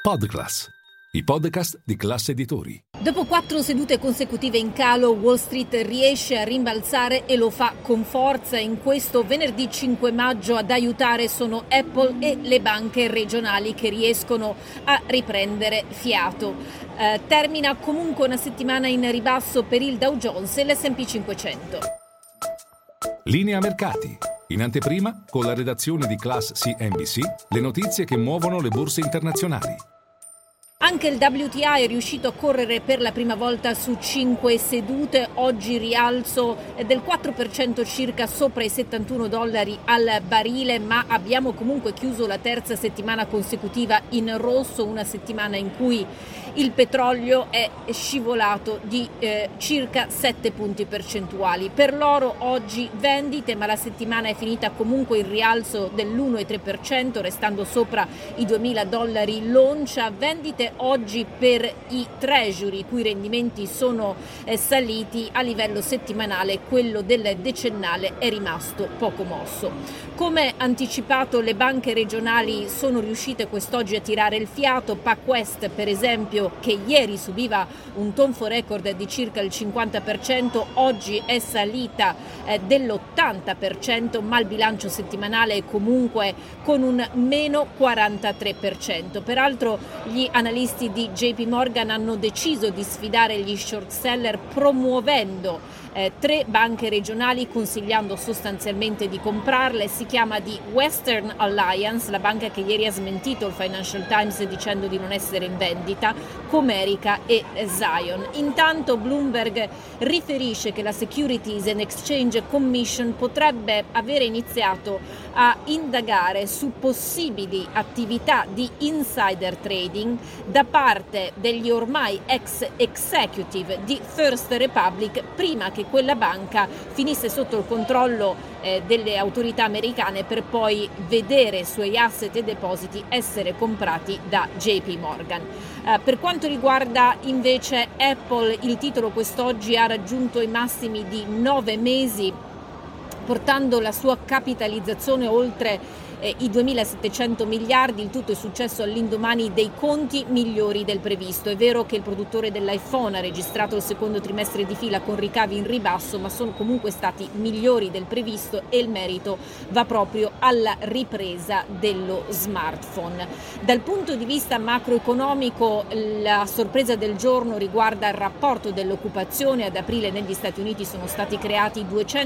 Podclass, i podcast di Class Editori. Dopo 4 sedute consecutive in calo, Wall Street riesce a rimbalzare e lo fa con forza. In questo venerdì 5 maggio ad aiutare sono Apple e le banche regionali che riescono a riprendere fiato. Termina comunque una settimana in ribasso per il Dow Jones e l'S&P 500. Linea mercati. In anteprima, con la redazione di Class CNBC, le notizie che muovono le borse internazionali. Anche il WTI è riuscito a correre per la prima volta su 5 sedute, oggi rialzo del 4% circa sopra i $71 al barile, ma abbiamo comunque chiuso la terza settimana consecutiva in rosso, una settimana in cui il petrolio è scivolato di circa 7 punti percentuali. Per l'oro oggi vendite, ma la settimana è finita comunque in rialzo dell'1,3%, restando sopra i $2.000 l'oncia. Vendite oggi per i treasury, i cui rendimenti sono saliti. A livello settimanale quello del decennale è rimasto poco mosso. Come anticipato, le banche regionali sono riuscite quest'oggi a tirare il fiato. PacWest, per esempio, che ieri subiva un tonfo record di circa il 50%, oggi è salita dell'80%, ma il bilancio settimanale è comunque con un meno 43%. Peraltro gli analisti di JP Morgan hanno deciso di sfidare gli short seller promuovendo 3 banche regionali, consigliando sostanzialmente di comprarle. Si chiama di Western Alliance, la banca che ieri ha smentito il Financial Times dicendo di non essere in vendita, Comerica e Zion. Intanto Bloomberg riferisce che la Securities and Exchange Commission potrebbe avere iniziato a indagare su possibili attività di insider trading da parte degli ormai ex executive di First Republic, prima che quella banca finisse sotto il controllo delle autorità americane, per poi vedere i suoi asset e depositi essere comprati da JP Morgan. Per quanto riguarda invece Apple, il titolo quest'oggi ha raggiunto i massimi di 9 mesi, portando la sua capitalizzazione oltre i 2.700 miliardi. Il tutto è successo all'indomani dei conti migliori del previsto. È vero che il produttore dell'iPhone ha registrato il secondo trimestre di fila con ricavi in ribasso, ma sono comunque stati migliori del previsto e il merito va proprio alla ripresa dello smartphone. Dal punto di vista macroeconomico, la sorpresa del giorno riguarda il rapporto dell'occupazione. Ad aprile negli Stati Uniti sono stati creati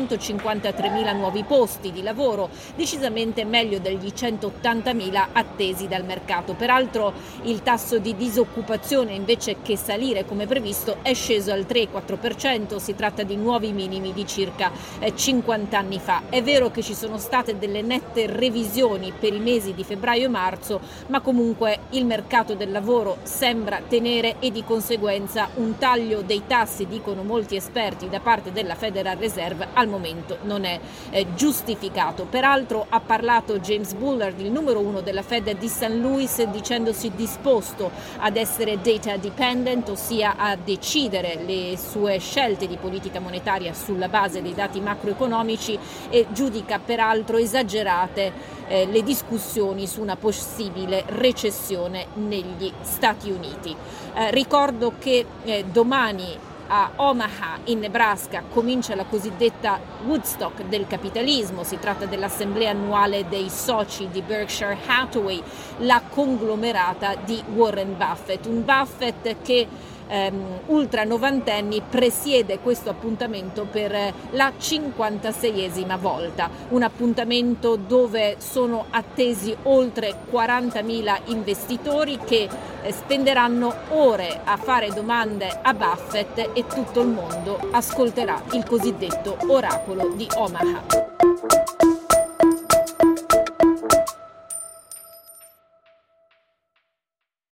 253.000 nuovi posti di lavoro, decisamente meglio degli 180.000 attesi dal mercato. Peraltro il tasso di disoccupazione, invece che salire come previsto, è sceso al 3,4%, si tratta di nuovi minimi di circa 50 anni fa. È vero che ci sono state delle nette revisioni per i mesi di febbraio e marzo, ma comunque il mercato del lavoro sembra tenere, e di conseguenza un taglio dei tassi, dicono molti esperti, da parte della Federal Reserve al momento non è giustificato. Peraltro ha parlato James Bullard, il numero 1 della Fed di St. Louis, dicendosi disposto ad essere data dependent, ossia a decidere le sue scelte di politica monetaria sulla base dei dati macroeconomici, e giudica peraltro esagerate le discussioni su una possibile recessione negli Stati Uniti. Ricordo che domani a Omaha, in Nebraska, comincia la cosiddetta Woodstock del capitalismo. Si tratta dell'assemblea annuale dei soci di Berkshire Hathaway, la conglomerata di Warren Buffett. Un Buffett che ultra novantenni presiede questo appuntamento per la 56esima volta, un appuntamento dove sono attesi oltre 40.000 investitori che spenderanno ore a fare domande a Buffett, e tutto il mondo ascolterà il cosiddetto oracolo di Omaha.